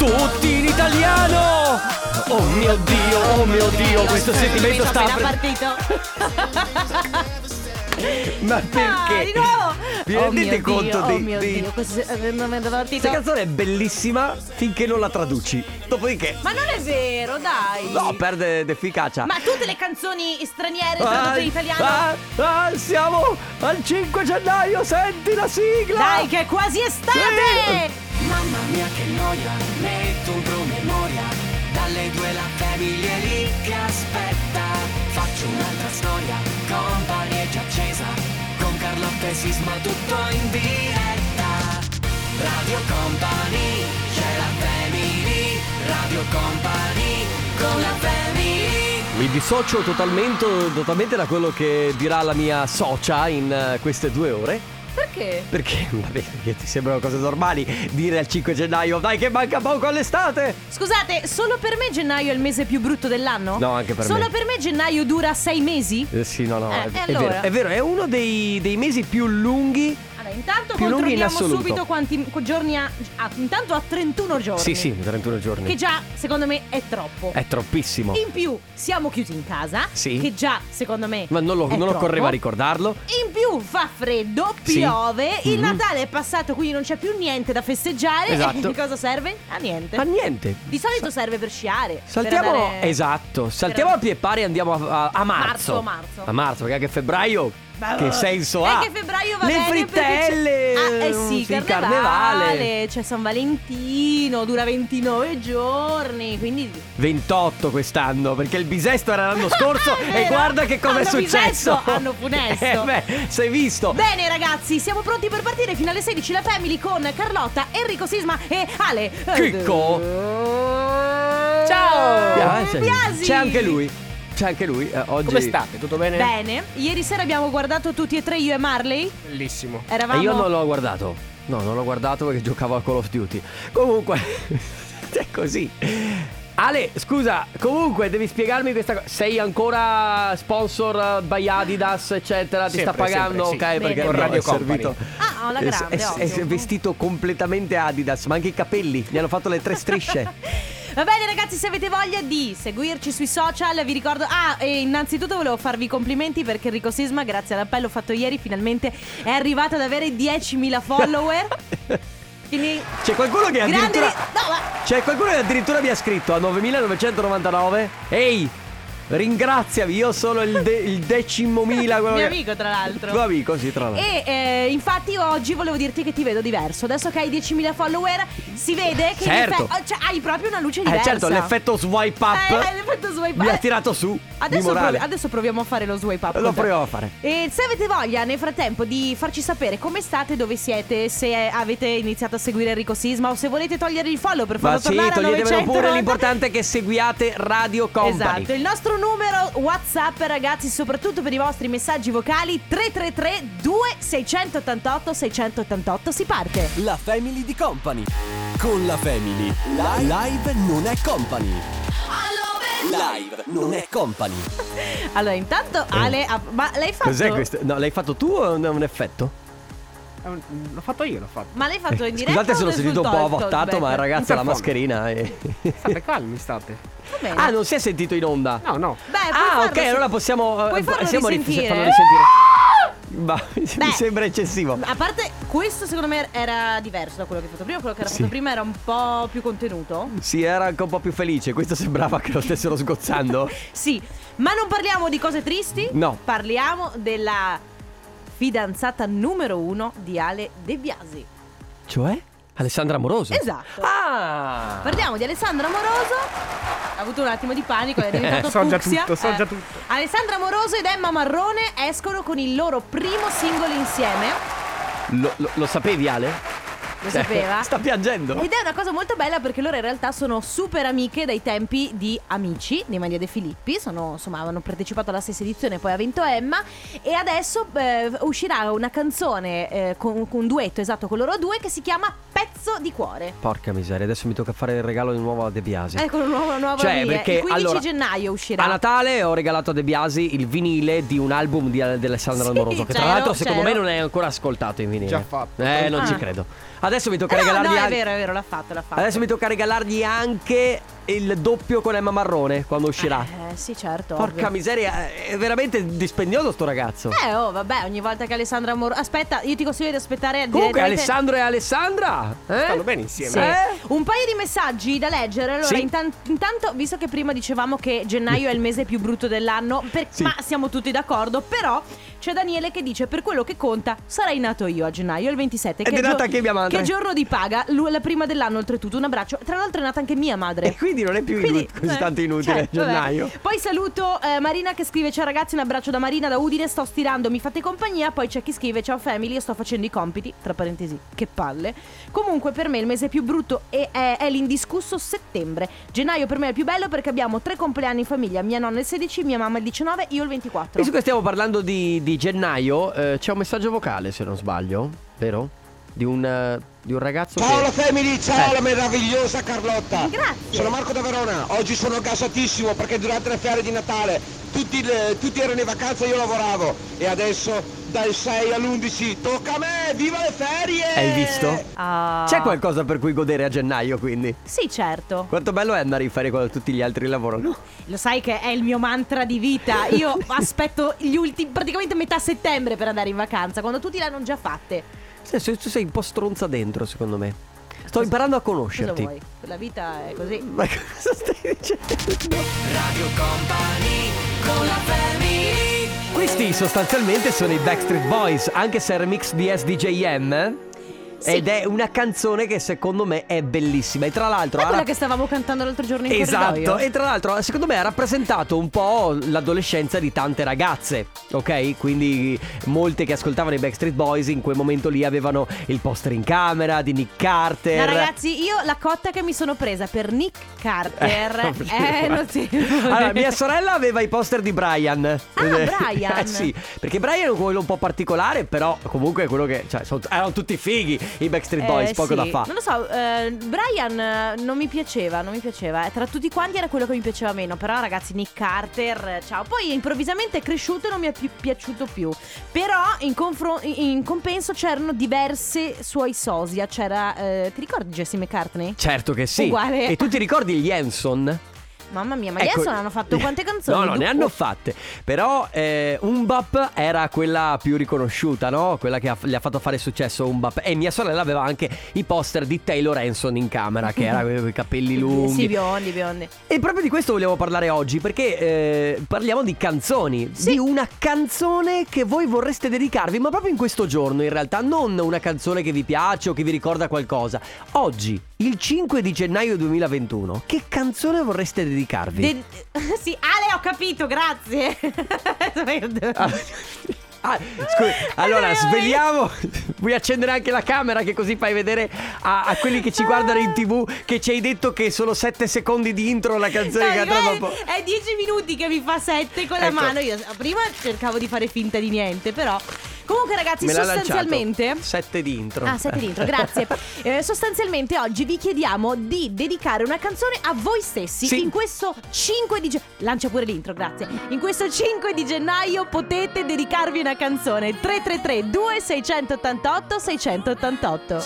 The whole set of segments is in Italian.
tutti in italiano. Oh mio Dio, questo sentimento sta partito. Ma perché? Di nuovo. Vi rendete conto questo sentimento partito. Questa canzone è bellissima finché non la traduci. Dopodiché Ma non è vero, dai. no, perde d'efficacia. Ma tutte le canzoni straniere tradotte in italiano. Siamo al 5 gennaio, senti la sigla. Dai, che è quasi estate. Sì. Mamma mia che noia, metto un promemoria. Dalle 2 la famiglia è lì che aspetta. Faccio un'altra storia, Company è già accesa. Con Carlotta e Sisma tutto in diretta. Radio Company, c'è la family. Radio Company, con la family. Mi dissocio totalmente da quello che dirà la mia socia in queste 2 ore. Perché? Perché, vabbè, che ti sembrano cose normali dire al 5 gennaio, dai che manca poco all'estate. Scusate, solo per me gennaio è il mese più brutto dell'anno? No, anche per me. Solo per me gennaio dura 6 mesi? Sì, no, e è allora? vero, è uno dei mesi più lunghi. Allora, intanto più lunghi in controlliamo assoluto. subito quanti giorni ha. Intanto ha 31 giorni. Sì, 31 giorni. Che già, secondo me, è troppo. È troppissimo. In più, siamo chiusi in casa. Sì. Che già, secondo me, Ma non è occorreva troppo. ricordarlo. In più fa freddo, Sì. piove, il Mhm. Natale è passato, quindi non c'è più niente da festeggiare. Esatto. E di cosa serve? A niente. Ma niente. Di solito serve per sciare. Saltiamo, per andare... esatto, saltiamo a piedi pari e andiamo a marzo. Marzo. A marzo, perché anche febbraio che senso E ha? che febbraio va Le bene perché frittelle. c'è... sì, sì, carnevale. C'è San Valentino, dura 29 giorni, quindi 28 quest'anno, perché il bisesto era l'anno scorso e guarda che cosa è Anno successo. bisesto, anno funesto. Sei visto? Bene ragazzi, siamo pronti per partire fino alle 16 la Family con Carlotta, Enrico Sisma e Ale Chicco. Ciao Biasi. C'è anche lui. Oggi. Come state? Tutto bene? Bene, ieri sera abbiamo guardato tutti e tre io e Marley. Bellissimo. Eravamo... Io non l'ho guardato. No, non l'ho guardato perché giocavo a Call of Duty. Comunque è così. Ale, scusa, comunque devi spiegarmi questa cosa. Sei ancora sponsor by Adidas, eccetera? Ti sta pagando? Sempre, sì. Ok, perché Bene. no, Radio è servito. Ah, alla grande, è ovvio. vestito completamente Adidas, ma anche i capelli. Gli hanno fatto le 3 strisce. Va bene ragazzi, se avete voglia di seguirci sui social, vi ricordo... e innanzitutto volevo farvi i complimenti perché Enrico Sisma, grazie all'appello fatto ieri, finalmente è arrivato ad avere 10.000 follower. Quindi... C'è qualcuno che addirittura... No, ma... C'è qualcuno che addirittura mi ha scritto a 9.999. Ehi, ringraziami, io sono il 10.000. Mio amico tra l'altro. Tuo amico, sì, tra l'altro. E infatti oggi volevo dirti che ti vedo diverso. Adesso che hai 10.000 follower si vede che Certo. hai proprio una luce diversa. Certo, l'effetto swipe up l'effetto swipe mi ha up. tirato su di morale. Adesso proviamo a fare lo swipe up. Lo con te. proviamo a fare. E se avete voglia nel frattempo di farci sapere come state, dove siete, se avete iniziato a seguire Enrico Sisma o se volete togliere il follow per farlo Ma sì, tornare a toglietemelo 990. pure, l'importante è che seguiate Radio Company. Esatto, il nostro numero WhatsApp ragazzi, soprattutto per i vostri messaggi vocali 333 2688 688, si parte. La Family di Company. Con la Family Live non è Company. Live non è Company. Allora intanto Ale ma l'hai fatto? Cos'è questo? No, l'hai fatto tu o è un effetto? L'ho fatto io, l'ho fatto. Ma l'hai fatto in diretta? Scusate se o l'ho sul sentito un po' talk avvottato, ma back? ragazzi ha la Interfono. mascherina e... State calmi, state. Va bene. Ah, non si è sentito in onda? No. Beh, puoi Ah, farlo ok, allora possiamo... puoi farlo possiamo risentire. farlo risentire. Ma mi Beh. sembra eccessivo. A parte questo secondo me era diverso da quello che hai fatto prima. Quello che era fatto prima era un po' più contenuto. Sì, era anche un po' più felice. Questo sembrava che lo stessero sgozzando. Sì, ma non parliamo di cose tristi. No. Parliamo della fidanzata numero 1 di Ale De Biasi. Cioè? Alessandra Amoroso. Esatto. Ah! Parliamo di Alessandra Amoroso. Ha avuto un attimo di panico, è diventato So già fucsia. tutto, so già tutto. Alessandra Amoroso ed Emma Marrone escono con il loro primo singolo insieme. Lo sapevi, Ale? Lo sapeva? Sta piangendo. Ed è una cosa molto bella perché loro in realtà sono super amiche dai tempi di Amici di Maria De Filippi. Avevano partecipato alla stessa edizione, poi ha vinto Emma. E adesso uscirà una canzone con un duetto esatto con loro due che si chiama Pezzo di cuore. Porca miseria, adesso mi tocca fare il regalo di nuovo a De Biasi. Ecco una nuova Cioè, via. perché Il 15 allora, gennaio uscirà. a Natale ho regalato a De Biasi il vinile di un album di Alessandra Sì, Amoroso, che tra c'ero, l'altro secondo me c'ero. non è ancora ascoltato in vinile. Già fatto. Non ci Ah. credo. Adesso adesso mi tocca No, regalargli è anche... vero, l'ha fatto. Adesso mi tocca regalargli anche il doppio con Emma Marrone quando uscirà. Sì, certo. Porca ovvio. miseria, è veramente dispendioso sto ragazzo. Vabbè, ogni volta che Alessandra Aspetta, io ti consiglio di aspettare. Comunque direttamente- Alessandro e Alessandra Stanno bene insieme. Sì. Un paio di messaggi da leggere. Allora, Sì. intanto, visto che prima dicevamo che gennaio è il mese più brutto dell'anno, Sì. ma siamo tutti d'accordo. Però c'è Daniele che dice: per quello che conta, sarei nato io a gennaio, il 27. Ed è nata anche mia madre. Che giorno di paga, la prima dell'anno, oltretutto. Un abbraccio. Tra l'altro, è nata anche mia madre. E quindi non è più così tanto inutile vabbè. gennaio. Poi saluto Marina che scrive: ciao ragazzi, un abbraccio da Marina da Udine, sto stirando, mi fate compagnia. Poi c'è chi scrive: ciao family, io sto facendo i compiti. Tra parentesi, che palle. Comunque per me il mese più brutto è l'indiscusso settembre. Gennaio per me è il più bello perché abbiamo 3 compleanni in famiglia. Mia nonna il 16, mia mamma il 19, io il 24. Visto che stiamo parlando di gennaio, c'è un messaggio vocale se non sbaglio, vero? Di un ragazzo Ciao la che... family, ciao la meravigliosa Carlotta. Grazie. Sono Marco da Verona, oggi sono gasatissimo perché durante le ferie di Natale tutti erano in vacanza e io lavoravo. E adesso dal 6 all'11 tocca a me, viva le ferie! Hai visto? Ah. C'è qualcosa per cui godere a gennaio, quindi. Sì, certo. Quanto bello è andare in ferie quando tutti gli altri lavorano. Lo sai che è il mio mantra di vita. Io aspetto gli ultimi, praticamente metà settembre per andare in vacanza, quando tutti l'hanno già fatte. Tu sei un po' stronza dentro, secondo me. Sto imparando a Cosa conoscerti. vuoi? La vita è così. Ma cosa stai dicendo? Radio Company con la family. Questi sostanzialmente sono i Backstreet Boys, anche se è remix di SDJM. Sì. Ed è una canzone che secondo me è bellissima. E tra l'altro È quella che stavamo cantando l'altro giorno in esatto, corridoio. e tra l'altro secondo me ha rappresentato un po' l'adolescenza di tante ragazze, ok? Quindi molte che ascoltavano i Backstreet Boys in quel momento lì avevano il poster in camera di Nick Carter. No, ragazzi, io la cotta che mi sono presa per Nick Carter non si... Allora, mia sorella aveva i poster di Brian. Brian. Sì, perché Brian è quello un po' particolare, però comunque è quello che, cioè, erano tutti fighi i Backstreet Boys, poco sì. da fare. Non lo so, Brian non mi piaceva. Tra tutti quanti era quello che mi piaceva meno. Però ragazzi, Nick Carter, ciao. Poi improvvisamente è cresciuto e non mi è più piaciuto più. Però in compenso c'erano diverse suoi sosia. C'era, ti ricordi Jesse McCartney? Certo che sì. Uguale. E tu ti ricordi gli Hanson? Mamma mia, ma Ecco, adesso hanno fatto quante canzoni? No, ne hanno fatte. Però Umbap era quella più riconosciuta, no? Quella che le ha fatto fare successo Umbap. E mia sorella aveva anche i poster di Taylor Hanson in camera, che era con i capelli lunghi. Sì, biondi. E proprio di questo volevo parlare oggi, perché parliamo di canzoni. Sì. Di una canzone che voi vorreste dedicarvi, ma proprio in questo giorno in realtà. Non una canzone che vi piace o che vi ricorda qualcosa. Oggi, il 5 di gennaio 2021, che canzone vorreste dedicarvi? Sì, Ale, ho capito, grazie. Scusi, allora sveliamo. Vuoi accendere anche la camera, che così fai vedere a quelli che ci guardano in TV che ci hai detto che sono 7 secondi di intro la canzone che andrà dopo. È 10 minuti che mi fa 7 con la Ecco. mano. Io prima cercavo di fare finta di niente, però. Comunque ragazzi, Me l'ha sostanzialmente lanciato. 7 di intro. 7 di intro, grazie. Sostanzialmente oggi vi chiediamo di dedicare una canzone a voi stessi. Sì. In questo 5 di lancia pure l'intro, grazie. In questo 5 di gennaio potete dedicarvi una canzone. 333 2688 688.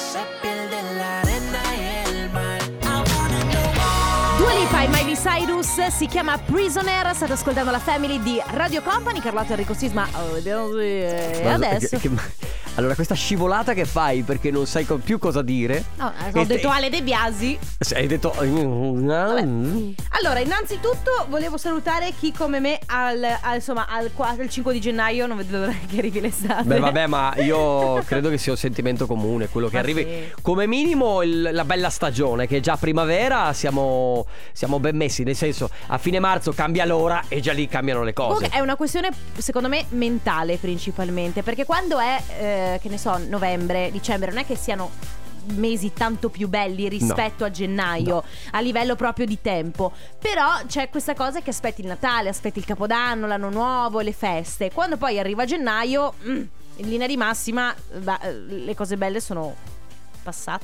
Dua Lipa e Miley Cyrus, si chiama Prisoner. State ascoltando la Family di Radio Company. Carlotta, Enrico Sisma. E adesso allora, questa scivolata che fai perché non sai più cosa dire. no, ho detto Ale De Biasi. Hai detto Allora, innanzitutto volevo salutare chi come me al 5 di gennaio non vedo l'ora che arrivi l'estate. Beh, vabbè, ma io credo che sia un sentimento comune quello che Ma arrivi. sì. Come minimo la bella stagione, che già primavera siamo ben messi. Nel senso, a fine marzo cambia l'ora e già lì cambiano le cose. Comunque è una questione secondo me mentale principalmente, perché quando è che ne so, novembre, dicembre, non è che siano mesi tanto più belli rispetto a gennaio, a livello proprio di tempo. Però c'è questa cosa che aspetti il Natale, aspetti il Capodanno, l'anno nuovo, le feste. Quando poi arriva gennaio, in linea di massima le cose belle sono passate.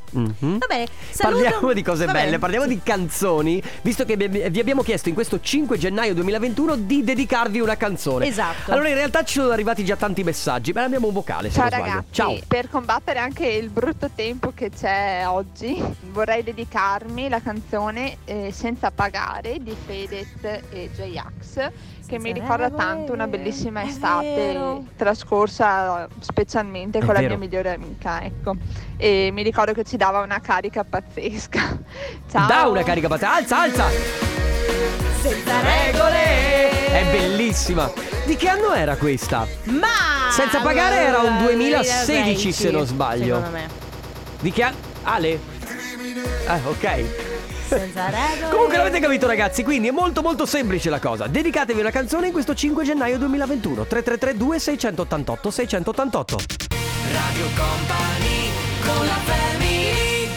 Va bene, saluto. Parliamo di cose Va belle, bene. parliamo di canzoni, visto che vi abbiamo chiesto in questo 5 gennaio 2021 di dedicarvi una canzone. Esatto. Allora in realtà ci sono arrivati già tanti messaggi, ma abbiamo un vocale, se Ciao non sbaglio. ragazzi, Ciao. per combattere anche il brutto tempo che c'è oggi vorrei dedicarmi la canzone Senza pagare di Fedez e J-Ax, che mi ricorda tanto una bellissima estate trascorsa specialmente È con la vero. mia migliore amica, ecco. E mi ricordo che ci dava una carica pazzesca. Ciao. Da una carica pazzesca. Alza. Senza regole. È bellissima. Di che anno era questa? Ma Senza pagare era un 2016 se non sbaglio. Secondo me. Di che anno? Ale? Ok. Senza regole. Comunque l'avete capito ragazzi, quindi è molto molto semplice la cosa. Dedicatevi una canzone in questo 5 gennaio 2021. 3332 688 688. Radio Company con la family.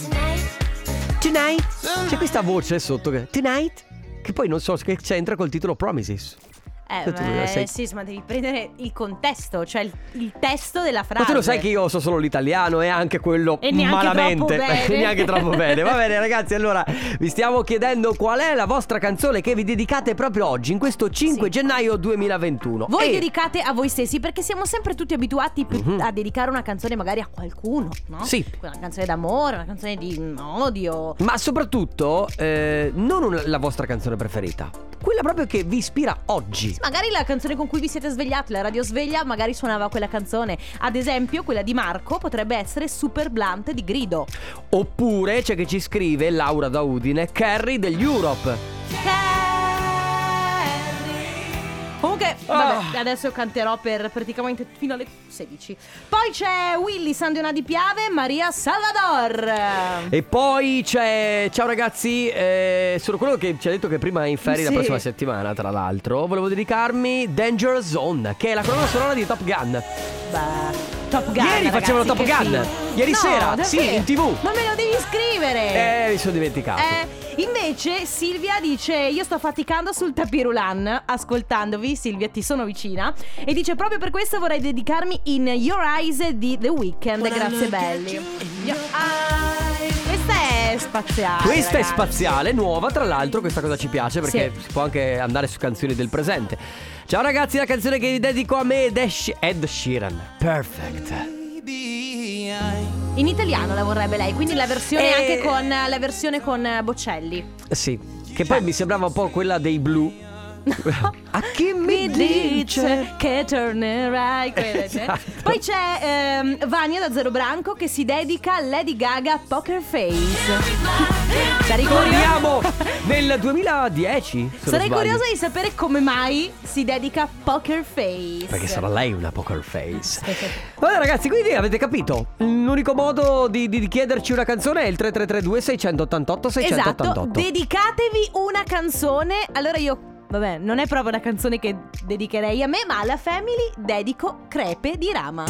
Tonight. C'è questa voce sotto che Tonight, che poi non so che c'entra col titolo Promises. Tu sei- Sì, ma devi prendere il contesto, cioè il testo della frase. Ma tu lo sai che io so solo l'italiano e anche quello E neanche malamente. troppo bene. Neanche troppo bene. Va bene ragazzi, allora vi stiamo chiedendo qual è la vostra canzone che vi dedicate proprio oggi, in questo 5 gennaio 2021. Voi E- dedicate a voi stessi, perché siamo sempre tutti abituati a dedicare una canzone magari a qualcuno, no? Sì. Una canzone d'amore, una canzone di odio. Ma soprattutto non la vostra canzone preferita, quella proprio che vi ispira oggi. Magari la canzone con cui vi siete svegliati, la radio sveglia, magari suonava quella canzone. Ad esempio, quella di Marco potrebbe essere Super Blunt di Grido. Oppure c'è che ci scrive Laura da Udine, Carrie degli Europe. Comunque, vabbè, adesso canterò per praticamente fino alle 16. Poi c'è Willy Sandiona di Piave, Maria Salvador. E poi c'è, ciao ragazzi, sono quello che ci ha detto che prima è in ferie la Sì. prossima settimana, tra l'altro. Volevo dedicarmi Danger Zone, che è la colonna sonora di Top Gun. Top Gun. Ieri ragazzi, facevano Top che Gun. film. Ieri No, sera, davvero? sì, in TV. Ma me lo devi scrivere. Mi sono dimenticato. Invece Silvia dice: io sto faticando sul tapirulan ascoltandovi. Silvia, ti sono vicina. E dice: proprio per questo vorrei dedicarmi in Your Eyes di The Weeknd. Grazie belli. Your Eyes. Questa è spaziale. Questa ragazzi. è spaziale, nuova tra l'altro, questa cosa ci piace perché Sì. si può anche andare su canzoni del presente. Ciao ragazzi, la canzone che vi dedico a me è Ed Sheeran, Perfect. In italiano la vorrebbe lei, quindi la versione E- anche con la versione con Bocelli. Sì, che poi mi sembrava un po' quella dei Blue. A chi mi dice che tornerai quella, Esatto. Poi c'è Vania da Zero Branco che si dedica a Lady Gaga Poker Face. Sarei Torniamo nel 2010 se non Sarei sbaglio. curiosa di sapere come mai si dedica a Poker Face. Perché sarà lei una poker face. Vabbè ragazzi, quindi avete capito. L'unico modo di chiederci una canzone è il 3332 688 688. Esatto, dedicatevi una canzone. Allora io, vabbè, non è proprio una canzone che dedicherei a me, ma alla Family dedico Crepe di Rama.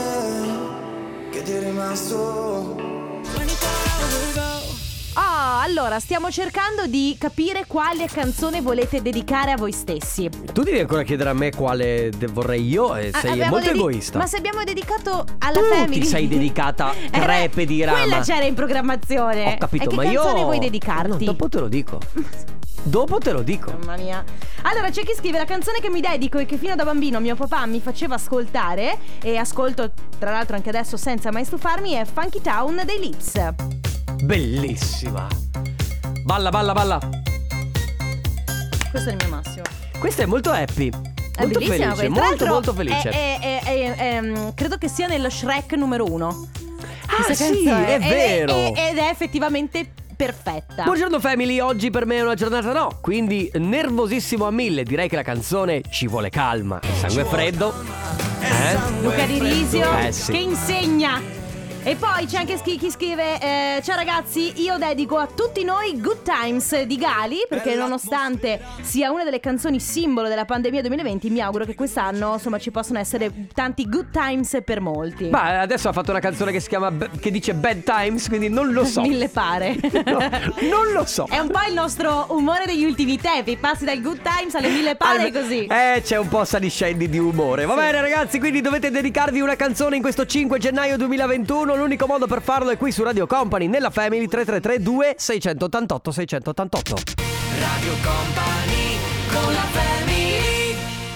Allora, stiamo cercando di capire quale canzone volete dedicare a voi stessi. Tu devi ancora chiedere a me quale vorrei io e sei Abbiamo molto egoista. Ma se abbiamo dedicato alla Tu Family, ti sei dedicata a Crepe di Rama. Quella c'era in programmazione. Ho capito, e che ma io canzone vuoi dedicarti? No, dopo te lo dico. Dopo te lo dico. Mamma mia. Allora c'è chi scrive: la canzone che mi dedico e che fino da bambino mio papà mi faceva ascoltare, e ascolto tra l'altro anche adesso senza mai stufarmi, è Funky Town dei Lips. Bellissima. Balla, balla, balla. Questo è il mio massimo. Questa è molto happy. È Molto bellissima felice, questa. Tra molto l'altro molto felice. credo che sia nello Shrek numero 1. Ah sì, è vero. Ed è effettivamente perfetta. Buongiorno family, oggi per me è una giornata no, quindi nervosissimo a 1000. Direi che la canzone Ci vuole calma, sangue freddo. Luca Di Risio Sì. che insegna. E poi c'è anche chi scrive: ciao ragazzi, io dedico a tutti noi Good Times di Gali, perché nonostante sia una delle canzoni simbolo della pandemia 2020, mi auguro che quest'anno insomma ci possano essere tanti good times per molti. Ma adesso ha fatto una canzone che si chiama che dice Bad Times, quindi non lo so. Mille pare. No, non lo so. È un po' il nostro umore degli ultimi tempi. Passi dal good times alle mille pare così. C'è un po' saliscendi di umore. Va bene ragazzi, quindi dovete dedicarvi una canzone in questo 5 gennaio 2021. l'unico modo per farlo è qui su Radio Company, nella Family. 333 688 688. Radio Company con la family.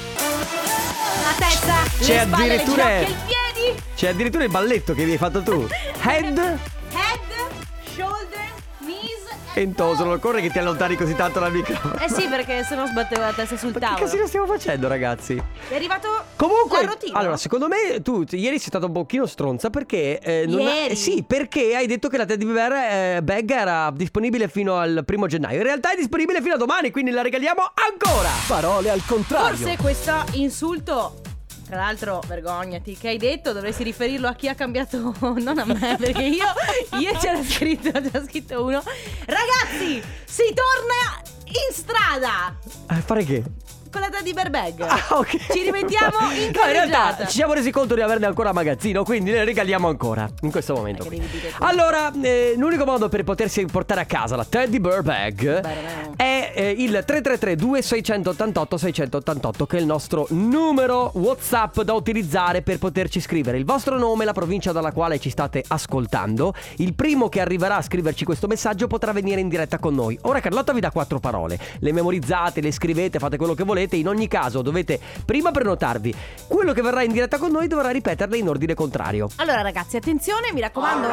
La testa, C'è le spalle, addirittura- le ginocchia, i piedi. C'è addirittura il balletto che mi hai fatto tu. Head Head, shoulder, knees and toes. Non occorre che ti allontani così tanto dal microfono. Eh sì, perché sennò sbattevo la testa sul Che tavolo. casino stiamo facendo, ragazzi? È arrivato Comunque, la routine. allora, secondo me tu ieri sei stata un pochino stronza perché Ieri? sì, perché hai detto che la Teddy Bear Bag era disponibile fino al 1 gennaio. In realtà è disponibile fino a domani, quindi la regaliamo ancora. Parole al contrario. Forse questo insulto, tra l'altro, vergognati, che hai detto dovresti riferirlo a chi ha cambiato, non a me, perché io c'era scritto uno. Ragazzi, si torna in strada Fare che? con la Teddy Bear Bag. Ah, ok. Ci rimettiamo in No, in realtà carreggiata. ci siamo resi conto di averne ancora a magazzino, quindi le regaliamo ancora in questo momento. Che qui. devi dire tu. Allora, l'unico modo per potersi portare a casa la Teddy Bear Bag Beh, è il 333 2688 688, che è il nostro numero WhatsApp da utilizzare per poterci scrivere il vostro nome, la provincia dalla quale ci state ascoltando. Il primo che arriverà a scriverci questo messaggio potrà venire in diretta con noi. Ora Carlotta vi dà 4 parole, le memorizzate, le scrivete, fate quello che volete. In ogni caso dovete prima prenotarvi. Quello che verrà in diretta con noi dovrà ripeterle in ordine contrario. Allora ragazzi, attenzione, mi raccomando.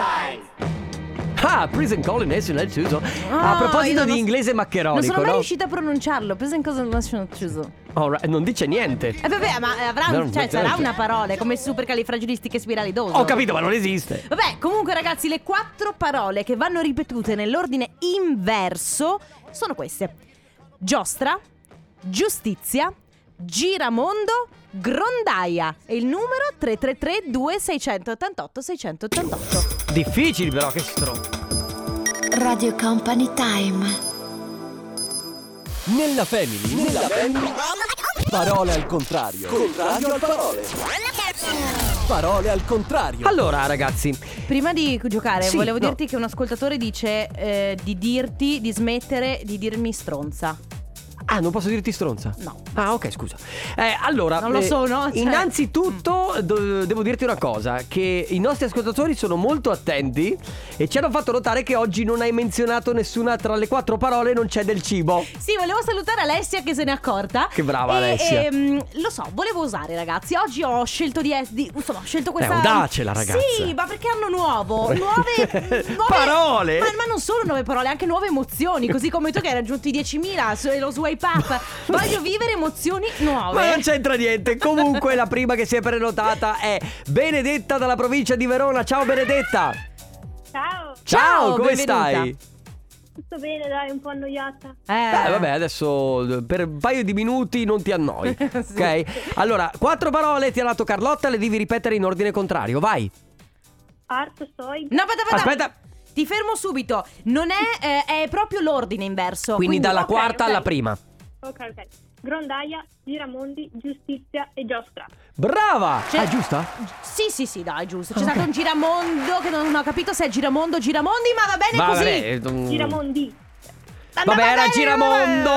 Prison Calling National Choose. Ah, A proposito io di non- inglese maccheronico, Non sono mai no? riuscita a pronunciarlo. Pensa in cosa non chiuso. Alright, non dice niente. Vabbè, ma avrà No, sarà una parola, come supercalifragilistiche spiralidoso. Ho capito, ma non esiste. Vabbè, comunque ragazzi, le 4 parole che vanno ripetute nell'ordine inverso sono queste: giostra, giustizia, giramondo, grondaia. E il numero 333 2688 688. Difficili però, che Radio Company Time. Nella Family. Parole al contrario. Contrario al parole. Parole al contrario. Allora ragazzi, Prima di giocare, Sì, volevo no. dirti che un ascoltatore dice di smettere di dirmi stronza. non posso dirti stronza? No. Ah, ok, scusa. Allora, Non lo sono, cioè. innanzitutto devo dirti una cosa, che i nostri ascoltatori sono molto attenti e ci hanno fatto notare che oggi non hai menzionato nessuna tra le 4 parole, non c'è del cibo. Sì, volevo salutare Alessia che se n'è accorta. Che brava Alessia. Lo so, volevo usare, ragazzi. Oggi ho scelto insomma, ho scelto questa. audace la ragazza. Sì, ma perché hanno nuove Parole. Ma non solo nuove parole, anche nuove emozioni. Così come tu che hai raggiunto i 10.000 lo swipe up. Voglio vivere emozioni nuove. Ma non c'entra niente. Comunque la prima che si è prenotata è Benedetta dalla provincia di Verona. Ciao Benedetta. Ciao, Ciao, come benvenuta. stai? tutto bene, dai, un po' annoiata. Vabbè, adesso per un paio di minuti non ti annoi. Ok? Allora, 4 parole ti ha dato Carlotta, le devi ripetere in ordine contrario. Vai. Art, soy. No, Aspetta. Ti fermo subito. Non è proprio l'ordine inverso. Quindi dalla ok, quarta ok. alla prima. Ok. Grondaia, giramondi, giustizia e giostra. Brava! Cioè- È giusta? Sì, dai, giusto. C'è stato un giramondo che non ho capito se è giramondo, giramondi, ma va bene così. Vabbè, Giramondi. Vabbè, era giramondo.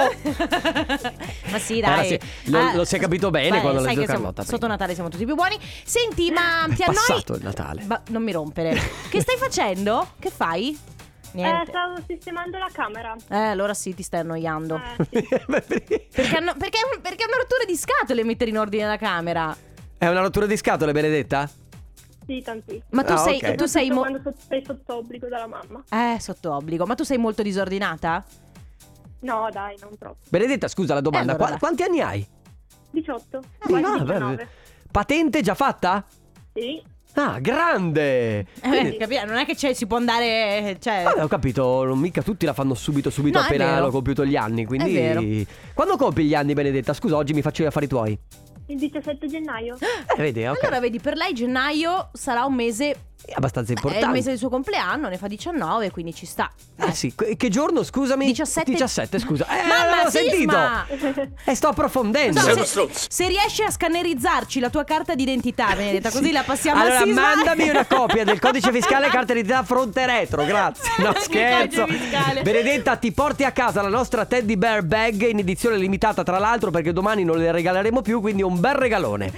Ma sì, dai. Era sì. Lo si è capito bene quando l'ha sai detto che Carlotta sotto prima. Natale siamo tutti più buoni. Senti, ma ti annoi? Passato il Natale. Ma non mi rompere. Che stai facendo? Che fai? Niente. Stavo sistemando la camera. Allora sì, ti stai annoiando. Sì. Perché è una rottura di scatole mettere in ordine la camera. È una rottura di scatole, Benedetta? Sì, tanti. Ma tu sei, ok. tu sei quando sei sotto obbligo dalla mamma. sotto obbligo. Ma tu sei molto disordinata? No, dai, non troppo. Benedetta, scusa la domanda. allora dai. Quanti anni hai? 18. Quasi 19. Patente già fatta? Sì. Ah, grande! Quindi- Non è che si può andare. Vabbè, ho capito, non mica tutti la fanno subito No, è appena vero. hanno compiuto gli anni, quindi... È vero. Quando compi gli anni, Benedetta? Scusa, oggi mi faccio gli affari tuoi. Il 17 gennaio. Vedi, ok. Allora, vedi, per lei gennaio sarà un mese. È abbastanza È importante. il mese del suo compleanno, ne fa 19, quindi ci sta. Sì, che giorno, scusami? 17. Scusa. Mamma, l'ho sentito. Sisma! Sto approfondendo. No, se riesci a scannerizzarci la tua carta d'identità, Benedetta, così la passiamo Allora a Sisma. mandami una copia del codice fiscale e carta d'identità fronte e retro, grazie. No, Che scherzo. codice fiscale? Benedetta, ti porti a casa la nostra Teddy Bear Bag in edizione limitata, tra l'altro, perché domani non le regaleremo più, quindi un bel regalone.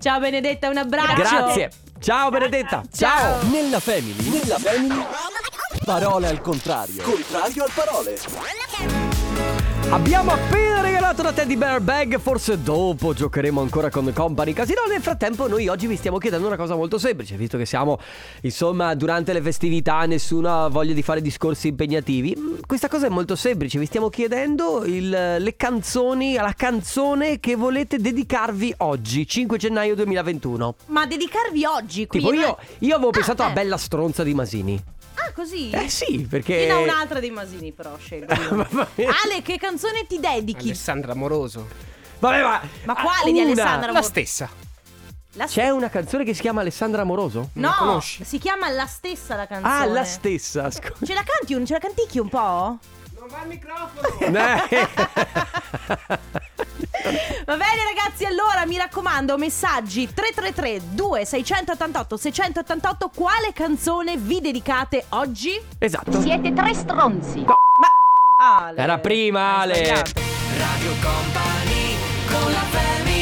Ciao Benedetta, un abbraccio. Grazie. Ciao Benedetta. Ciao. Nella family, parole al contrario. Contrario al parole. Abbiamo appena regalato una Teddy Bear Bag. Forse dopo giocheremo ancora con Company Casino. Nel frattempo noi oggi vi stiamo chiedendo una cosa molto semplice. Visto che siamo, insomma, durante le festività, nessuno ha voglia di fare discorsi impegnativi. Questa cosa è molto semplice. Vi stiamo chiedendo le canzoni, la canzone che volete dedicarvi oggi, 5 gennaio 2021. Ma dedicarvi oggi? Tipo io avevo pensato a Bella stronza di Masini. Ah, così? Sì, perché Io ne ho un'altra dei Masini, però scelgo io. Ale, che canzone ti dedichi? Alessandra Amoroso. Vabbè, ma quale di Alessandra Amoroso? La stessa. C'è una canzone che si chiama Alessandra Amoroso? No, la conosci? si chiama La Stessa la canzone. Ah, la stessa. Ce la cantichi un po'? Non va il microfono. Va bene ragazzi, allora mi raccomando, messaggi 333-2688-688. Quale canzone vi dedicate oggi? Esatto. Siete 3 stronzi. No. Ma Ale, Era prima, Ale. sbagliato. Radio Company con la family.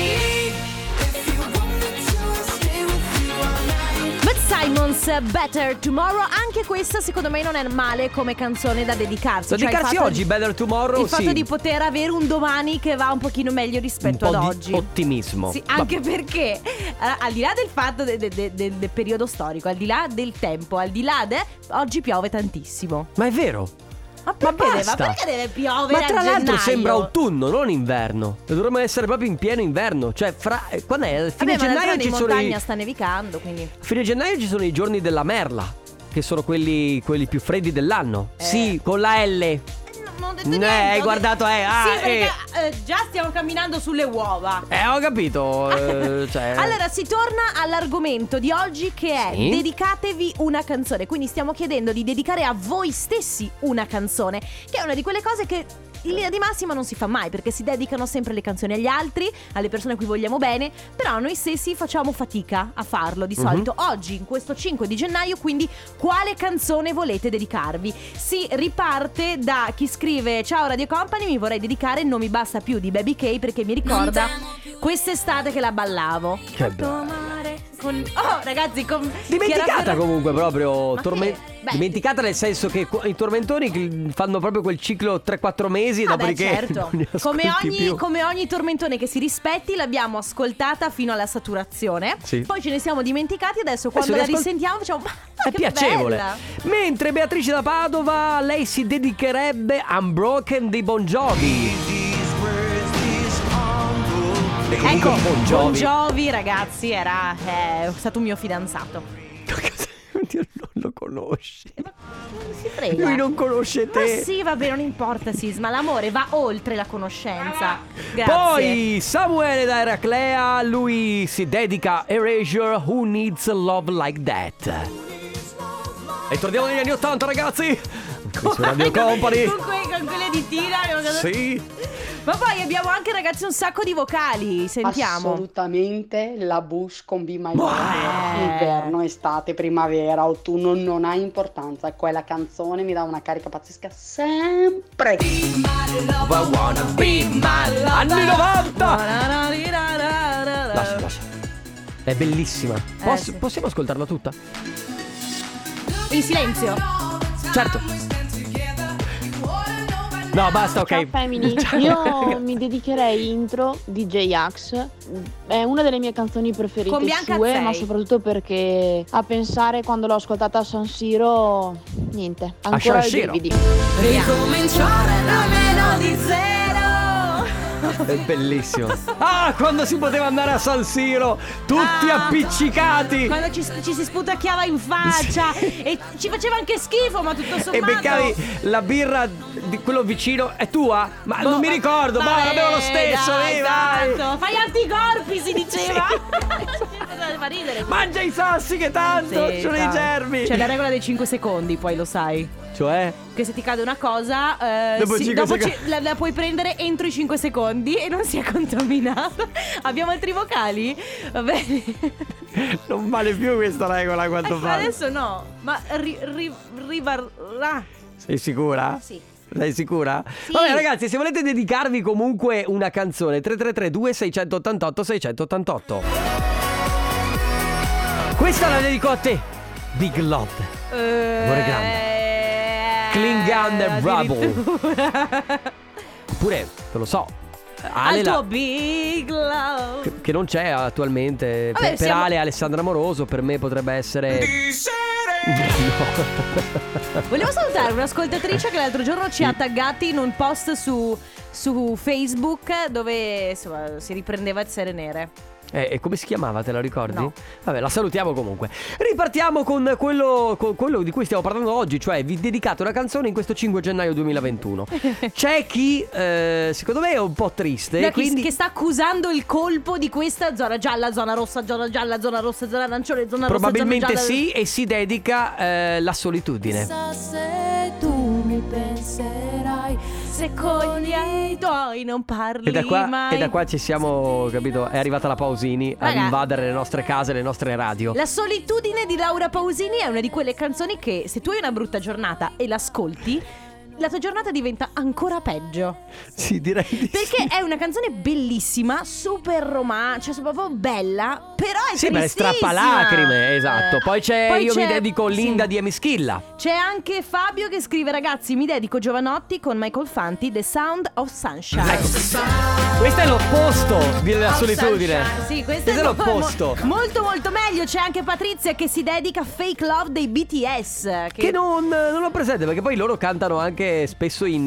Matt Simon's Better Tomorrow. Anche questa secondo me non è male come canzone da dedicarsi. Da dedicarsi oggi, Better Tomorrow. Il fatto di poter avere un domani che va un pochino meglio rispetto un po' ad di oggi. ottimismo. Sì, anche perché al di là del fatto del periodo storico, al di là del tempo, al di là oggi piove tantissimo. Ma è vero. Ma perché deve piovere? Ma tra a l'altro gennaio? sembra autunno, non inverno. Dovremmo essere proprio in pieno inverno. Cioè, quando è? Fine gennaio ci in sono montagna sta nevicando, quindi. Fine gennaio ci sono i giorni della merla, che sono quelli più freddi dell'anno. Sì, con la L. Non ho detto niente. Hai guardato, sì, perché già stiamo camminando sulle uova. Ho capito. Cioè... Allora si torna all'argomento di oggi, che è Sì? dedicatevi una canzone. Quindi stiamo chiedendo di dedicare a voi stessi una canzone, che è una di quelle cose che in linea di massima non si fa mai, perché si dedicano sempre le canzoni agli altri, alle persone a cui vogliamo bene, però noi stessi facciamo fatica a farlo di solito. Oggi, in questo 5 di gennaio, quindi quale canzone volete dedicarvi? Si riparte da chi scrive: ciao Radio Company, mi vorrei dedicare Non mi basta più di Baby K, perché mi ricorda quest'estate che la ballavo. Che bello. Oh ragazzi, Dimenticata comunque proprio. Beh, dimenticata nel senso che i tormentoni fanno proprio quel ciclo 3-4 mesi e dopodiché certo. non li ascolti più. Come ogni tormentone che si rispetti, l'abbiamo ascoltata fino alla saturazione. Sì. Poi ce ne siamo dimenticati. Adesso quando la risentiamo facciamo è che piacevole. bella. Mentre Beatrice da Padova, lei si dedicherebbe a Unbroken di Bon Jovi. E comunque Ecco, Bon Jovi, ragazzi, è stato un mio fidanzato. Dio, non lo conosci. Ma non si frega. Lui non conosce te. Ma sì, vabbè, non importa Sisma, l'amore va oltre la conoscenza. Grazie. Poi Samuele da Eraclea, lui si dedica a Erasure, Who Needs a Love Like That. E torniamo negli anni 80 ragazzi. Qui su Radio Company. Con quelle di Tina. Sì. Ma poi abbiamo anche ragazzi un sacco di vocali. Sentiamo. Assolutamente la Bush con Be My Lover. Inverno, estate, primavera, autunno non ha importanza. Quella canzone mi dà una carica pazzesca sempre. Anni 90. Lascia. È bellissima. Sì. Possiamo ascoltarla tutta? In silenzio. Certo. No, basta, ok. Ciao Family, io mi dedicherei Intro di J-Ax. È una delle mie canzoni preferite Con Bianca sue, Azzei. ma soprattito perché a pensare quando l'ho ascoltata a San Siro, niente, A ancora San i Siro. brividi. Ricominciare da meno di zero. È bellissimo. Ah, quando si poteva andare a San Siro tutti appiccicati. Quando ci si sputacchiava in faccia. E ci faceva anche schifo, ma tutto sommato. E beccavi la birra di quello vicino. È tua? Ma non mi ricordo. Ma la bevo lo stesso. Dai, Vai. tanto. Fai anticorpi, si diceva. Fa ridere. Mangia i sassi che tanto Sì, sono i germi. C'è la regola dei 5 secondi, poi lo sai. Cioè? Che se ti cade una cosa Dopo 5 secondi. la puoi prendere entro i 5 secondi e non si è contaminato. Abbiamo altri vocali? Va bene. Non vale più questa regola a quanto pare. Adesso no. Ma rivarrà. Sei sicura? Sì. Sei sicura? Sì. Vabbè ragazzi, se volete dedicarvi comunque una canzone 333 2688 688. Questa la dedico a te, Big Love. Amore grande. Klingon Rubble. Oppure, non lo so, Ale al tuo Big Love. che non c'è attualmente. Vabbè, per Ale Alessandra Amoroso, per me potrebbe essere Volevo salutare un'ascoltatrice che l'altro giorno ci ha taggati in un post su Facebook dove insomma si riprendeva di Sere Nere. E come si chiamava, te la ricordi? No. Vabbè, la salutiamo comunque. Ripartiamo con quello di cui stiamo parlando oggi. Cioè, vi dedicate una canzone in questo 5 gennaio 2021. C'è chi, secondo me, è un po' triste, No, quindi... che sta accusando il colpo di questa zona gialla, zona rossa, zona gialla, zona rossa, zona arancione, zona rossa, probabilmente zona gialla. sì, e si dedica la solitudine. Chissà se tu mi penserai, se con i tuoi non parli mai. E da qua ci siamo, capito? È arrivata la Pausini ad invadere le nostre case, le nostre radio. La solitudine di Laura Pausini è una di quelle canzoni che se tu hai una brutta giornata e l'ascolti, la tua giornata diventa ancora peggio. Sì, direi di Perché è una canzone bellissima, super romantica, cioè proprio bella, però è sì, ma è tristissima. strappalacrime, esatto. Poi c'è Io mi dedico Linda di Emischilla. C'è anche Fabio che scrive: ragazzi, mi dedico Giovanotti con Michael Fanti, The Sound of Sunshine. Questo è l'opposto della solitudine. Sì, questo è l'opposto. Molto molto meglio. C'è anche Patrizia che si dedica a Fake Love dei BTS, che non ho presente, perché poi loro cantano anche spesso in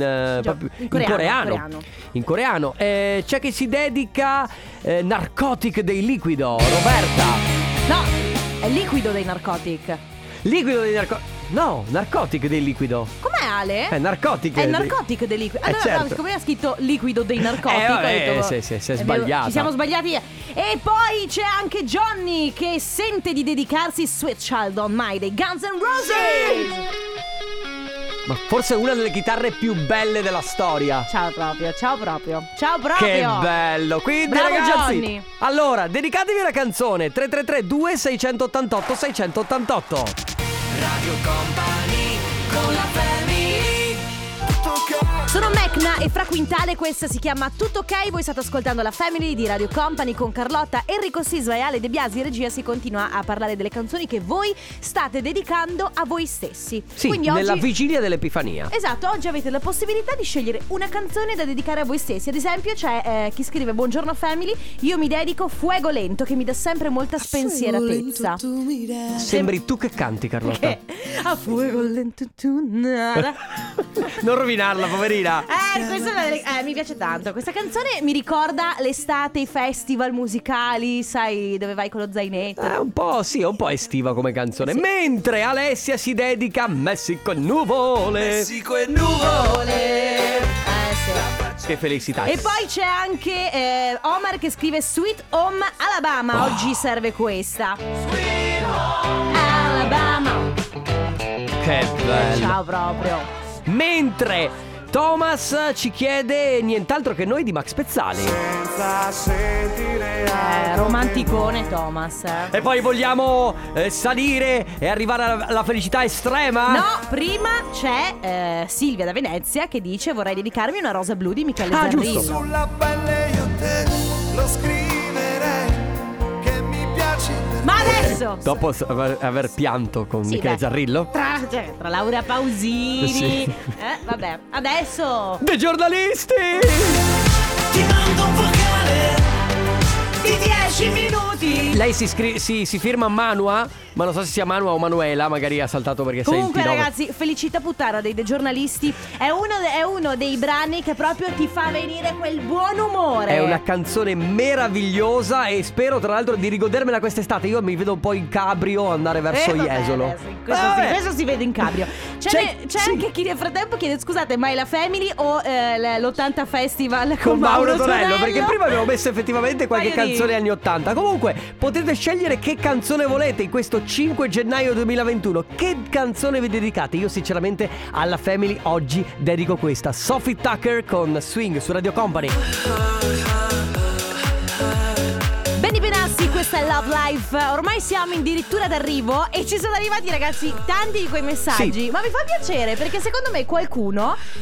coreano. In coreano. C'è chi si dedica Narcotic dei Liquido, Roberta. No, è Liquido dei Narcotic. Liquido dei Narcotic. No, Narcotic dei Liquido. Com'è, Ale? È Narcotic. È Narcotic dei Liquido. Allora, certo. no, siccome ha scritto Liquido dei Narcotic, vabbè, si è sbagliata. Ci siamo sbagliati. E poi c'è anche Johnny che sente di dedicarsi Sweet Child on My dei Guns N' Roses. Ma forse una delle chitarre più belle della storia. Ciao proprio. Che bello. Quindi bravo, ragazzi, Johnny. allora dedicatevi una canzone. 333 2688 688. Radio Company con la family. Sono Mecna e Fra Quintale, questa si chiama Tutto Ok. Voi state ascoltando la Family di Radio Company con Carlotta, Enrico Sisma e Ale De Biasi. In regia si continua a parlare delle canzoni che voi state dedicando a voi stessi. Sì, quindi nella oggi... vigilia dell'Epifania. Esatto, oggi avete la possibilità di scegliere una canzone da dedicare a voi stessi. Ad esempio c'è chi scrive: buongiorno Family, io mi dedico Fuego Lento, che mi dà sempre molta spensieratezza. Sembri tu che canti, Carlotta. Che a fuego lento tu nada. Non rovinarla, poverina. Questa è una delle... mi piace tanto. Questa canzone mi ricorda l'estate, i festival musicali, sai, dove vai con lo zainetto. Un po' sì, un po' estiva come canzone. Sì. Mentre Alessia si dedica a Messico e nuvole. Messico e nuvole. Sì. Che felicità. E poi c'è anche Omar che scrive Sweet Home Alabama. Oggi serve questa. Sweet Home Alabama. Che bello. Ciao proprio. Mentre Thomas ci chiede nient'altro che noi di Max Pezzali. Romanticone Thomas. E poi vogliamo salire e arrivare alla felicità estrema? No, prima c'è Silvia da Venezia che dice: vorrei dedicarmi una rosa blu di Michele Zarrillo. Giusto. Sulla pelle io te lo scriverei che mi piaci. Ma adesso Dopo aver pianto con Sì, Michele beh. Zarrillo. tra Laura Pausini. Sì. Vabbè, adesso Dei giornalisti. Ti mando un vocale di 10 minuti. Lei si firma Manua, ma non so se sia Manua o Manuela. Magari ha saltato perché Comunque sei il T9. ragazzi, Felicità Puttana dei Giornalisti è uno dei brani che proprio ti fa venire quel buon umore. È una canzone meravigliosa e spero tra l'altro di rigodermela quest'estate. Io mi vedo un po' in cabrio andare verso vabbè, Jesolo. adesso, questo si vede in cabrio. C'è sì. anche chi nel frattempo chiede: scusate, ma è la Family o l'80 Festival Con Mauro Tonello, perché Tonello? prima abbiamo messo effettivamente qualche Paio di- canzone anni 80. Comunque potete scegliere che canzone volete in questo 5 gennaio 2021. Che canzone vi dedicate? Io sinceramente alla Family oggi dedico questa, Sophie Tucker con Swing su Radio Company. Benny Benassi, questa è Love Life. Ormai siamo addirittura d'arrivo e ci sono arrivati, ragazzi, tanti di quei messaggi. Sì. Ma mi fa piacere perché secondo me qualcuno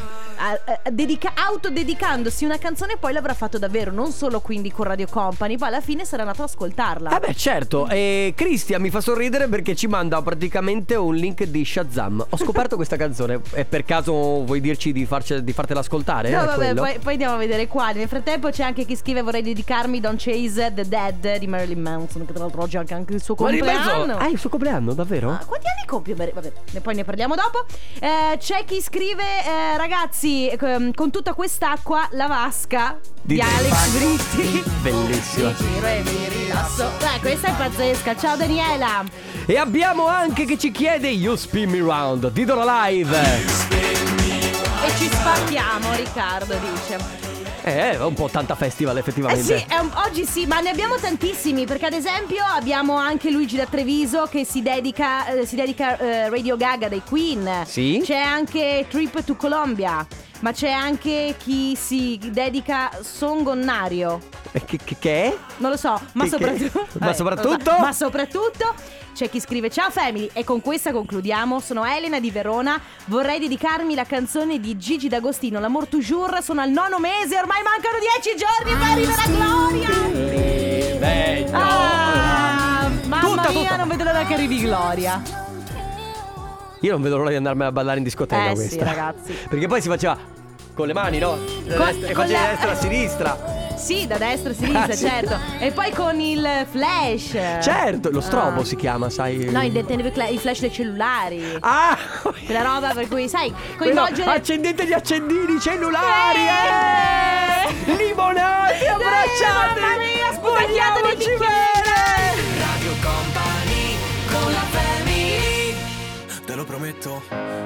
autodedicandosi una canzone, poi l'avrà fatto davvero, non solo quindi con Radio Company, poi alla fine sarà andato ad ascoltarla. Beh, certo. E Cristian mi fa sorridere perché ci manda praticamente un link di Shazam. Ho scoperto questa canzone. E per caso vuoi dirci di fartela ascoltare? No, vabbè, poi andiamo a vedere qua. Nel frattempo c'è anche chi scrive: vorrei dedicarmi Don't Chase the Dead di Marilyn Manson, che tra l'altro oggi è anche il suo compleanno. Il suo compleanno, davvero? Quanti anni compie? Vabbè, poi ne parliamo dopo. C'è chi scrive: ragazzi, con tutta quest'acqua la vasca di Alex Britti. Bellissima. Mi giro e mi rilasso. Questa è pazzesca. Ciao Daniela. E abbiamo anche chi ci chiede You Spin Me Round di Dora Live. E ci spacchiamo, Riccardo dice. È un po' tanta festival effettivamente. Sì, oggi sì, ma ne abbiamo tantissimi. Perché ad esempio abbiamo anche Luigi da Treviso che si dedica Radio Gaga dei Queen. Sì. C'è anche Trip to Colombia. Ma c'è anche chi si dedica Songonnario. Che è? Non lo so, ma soprattutto Ma soprattutto? Ma soprattutto c'è chi scrive: ciao family, e con questa concludiamo. Sono Elena di Verona. Vorrei dedicarmi la canzone di Gigi D'Agostino, L'amour toujours. Sono al 9° mese, ormai mancano 10 giorni per arrivare a Gloria. Mamma mia, non vedo l'ora che arrivi Gloria. Io non vedo l'ora di andarmene a ballare in discoteca questa. Sì, ragazzi. Perché poi si faceva con le mani, no? E facevi da destra a sinistra. Sì, da destra a sinistra, certo. E poi con il flash. Certo, lo strobo si chiama, sai. No, il flash dei cellulari. Quella roba per cui, sai, coinvolgere. Accendete gli accendini cellulari. Limonati, abbracciati. Mamma mia, sputagliate nel bicchiere. Radio Company con la family. Te lo prometto.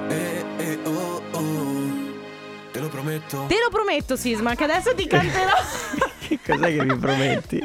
Te lo prometto. Te lo prometto, Sisma, che adesso ti canterò. Che cos'è che mi prometti?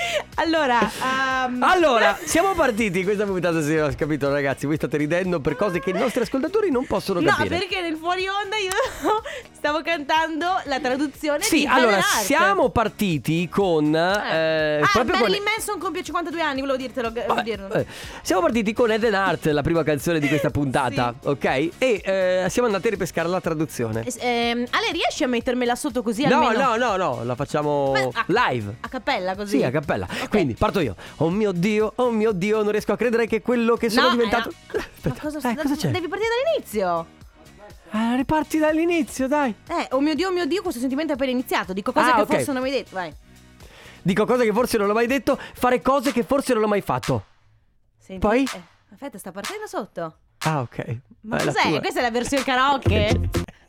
Allora, siamo partiti. Questa puntata, se ho capito, ragazzi, voi state ridendo per cose che i nostri ascoltatori non possono capire. No, perché nel fuori onda io stavo cantando la traduzione di allora Heart. Siamo partiti con Marilyn Manson compie 52 anni, volevo dirtelo. Siamo partiti con Eden Heart, la prima canzone di questa puntata, sì. Ok? E siamo andati a ripescare la traduzione. Ale, riesci a mettermela sotto così almeno? No, la facciamo live. A cappella così? Sì, a cappella. Okay. Quindi parto io. Oh mio Dio, non riesco a credere che quello che sono diventato. Aspetta, cosa c'è? Devi partire dall'inizio. Riparti dall'inizio, dai. Oh mio Dio, questo sentimento è appena iniziato. Dico cose che forse non ho mai detto, vai. Dico cose che forse non ho mai detto, fare cose che forse non ho mai fatto. Senti, poi? Aspetta, sta partendo sotto. Ok. Ma cos'è? Questa è la versione karaoke?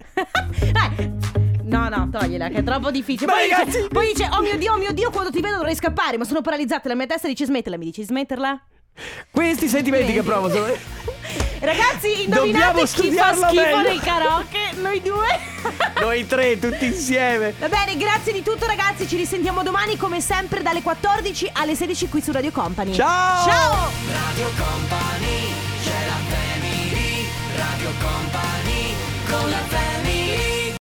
No, togliela, che è troppo difficile. Poi dice, oh mio Dio, quando ti vedo dovrei scappare, ma sono paralizzata. La mia testa dice smetterla. Mi dici smetterla? Questi sentimenti che provo sono... Ragazzi, indovinate chi fa schifo nei karaoke? Noi due. Noi tre, tutti insieme. Va bene, grazie di tutto ragazzi. Ci risentiamo domani come sempre dalle 14 alle 16 qui su Radio Company. Ciao. Radio Company, c'è la family. Radio Company con la family.